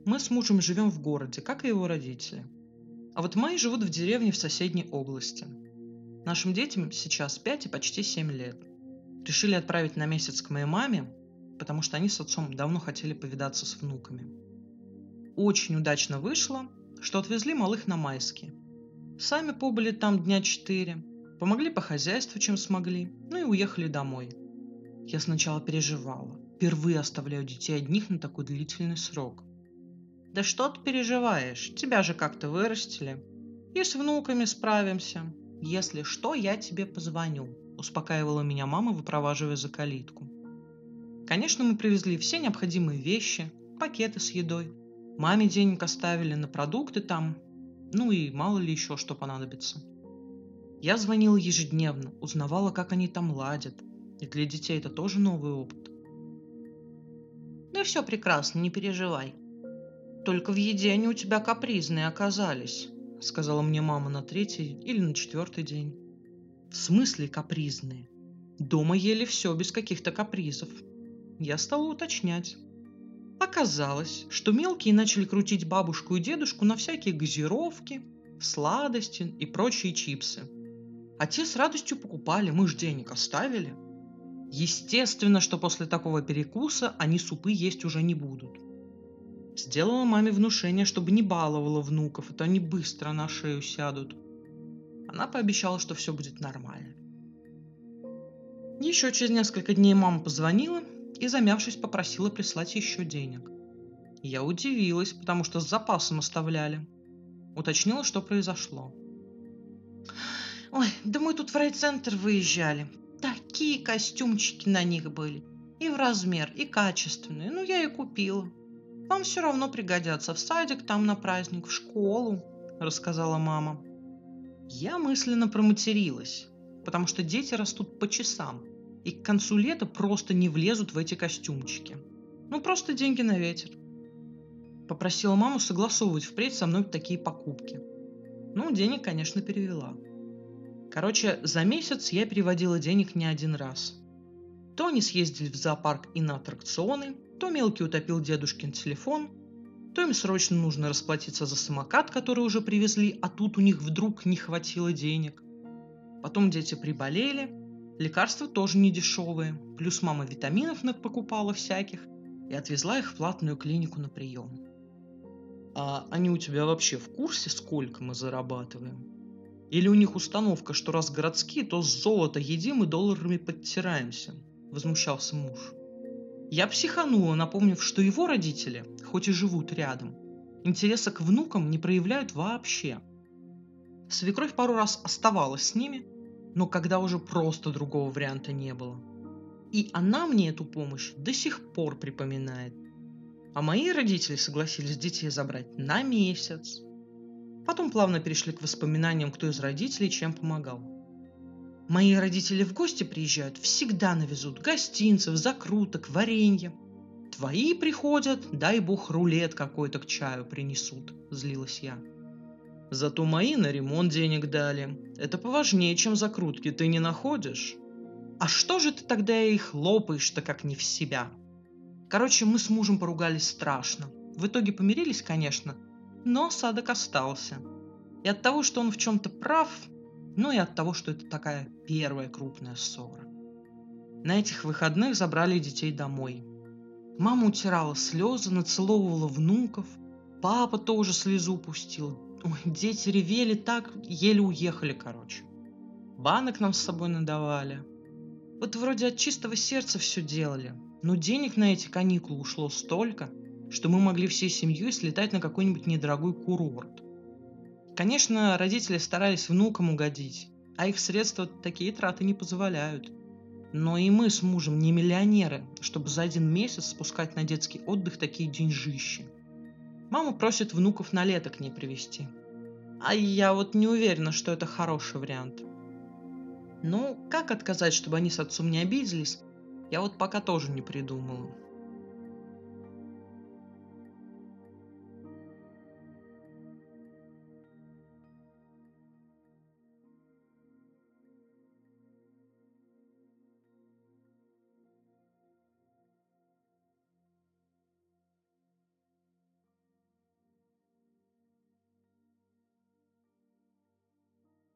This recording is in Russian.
Мы с мужем живем в городе, как и его родители. А вот мои живут в деревне в соседней области. Нашим детям сейчас 5 и почти 7 лет. Решили отправить на месяц к моей маме, потому что они с отцом давно хотели повидаться с внуками. Очень удачно вышло, что отвезли малых на майские. Сами побыли там дня 4, помогли по хозяйству, чем смогли, ну и уехали домой. Я сначала переживала. Впервые оставляю детей одних на такой длительный срок. Да что ты переживаешь? Тебя же как-то вырастили. И с внуками справимся. Если что, я тебе позвоню, успокаивала меня мама, выпроваживая за калитку. Конечно, мы привезли все необходимые вещи, пакеты с едой. Маме денег оставили на продукты там, ну и мало ли еще что понадобится. Я звонила ежедневно, узнавала, как они там ладят. И для детей это тоже новый опыт. Да все прекрасно, не переживай. Только в еде они у тебя капризные оказались, сказала мне мама на 3-й или на 4-й день. В смысле капризные? Дома ели все без каких-то капризов. Я стала уточнять. Оказалось, что мелкие начали крутить бабушку и дедушку на всякие газировки, сладости и прочие чипсы. А те с радостью покупали, мы ж денег оставили. Естественно, что после такого перекуса они супы есть уже не будут. Сделала маме внушение, чтобы не баловала внуков, а то они быстро на шею сядут. Она пообещала, что все будет нормально. Еще через несколько дней мама позвонила и, замявшись, попросила прислать еще денег. Я удивилась, потому что с запасом оставляли. Уточнила, что произошло. Ой, да мы тут в райцентр выезжали. Такие костюмчики на них были. И в размер, и качественные. Ну, я и купила. Вам все равно пригодятся в садик, там на праздник, в школу, рассказала мама. Я мысленно проматерилась, потому что дети растут по часам, и к концу лета просто не влезут в эти костюмчики. Ну, просто деньги на ветер. Попросила маму согласовывать впредь со мной такие покупки. Ну, денег, конечно, перевела. Короче, за месяц я переводила денег не один раз. То они съездили в зоопарк и на аттракционы, то мелкий утопил дедушкин телефон, то им срочно нужно расплатиться за самокат, который уже привезли, а тут у них вдруг не хватило денег. Потом дети приболели, лекарства тоже не дешевые, плюс мама витаминов покупала всяких и отвезла их в платную клинику на прием. А они у тебя вообще в курсе, сколько мы зарабатываем? Или у них установка, что раз городские, то золото едим и долларами подтираемся? Возмущался муж. Я психанула, напомнив, что его родители, хоть и живут рядом, интереса к внукам не проявляют вообще. Свекровь пару раз оставалась с ними, но когда уже просто другого варианта не было. И она мне эту помощь до сих пор припоминает. А мои родители согласились детей забрать на месяц. Потом плавно перешли к воспоминаниям, кто из родителей чем помогал. Мои родители в гости приезжают, всегда навезут гостинцев, закруток, варенья. Твои приходят, дай бог, рулет какой-то к чаю принесут, злилась я. Зато мои на ремонт денег дали. Это поважнее, чем закрутки, ты не находишь? А что же ты тогда их лопаешь-то, как не в себя? Короче, мы с мужем поругались страшно. В итоге помирились, конечно, но осадок остался. И от того, что он в чем-то прав, ну и от того, что это такая первая крупная ссора. На этих выходных забрали детей домой. Мама утирала слезы, нацеловывала внуков. Папа тоже слезу пустил. Ой, дети ревели так, еле уехали, короче. Банок нам с собой надавали. Вот вроде от чистого сердца все делали, но денег на эти каникулы ушло столько, что мы могли всей семьей слетать на какой-нибудь недорогой курорт. Конечно, родители старались внукам угодить, а их средства такие траты не позволяют. Но и мы с мужем не миллионеры, чтобы за один месяц спускать на детский отдых такие деньжищи. Мама просит внуков на лето к ней привезти. А я вот не уверена, что это хороший вариант. Ну, как отказать, чтобы они с отцом не обиделись, я вот пока тоже не придумала.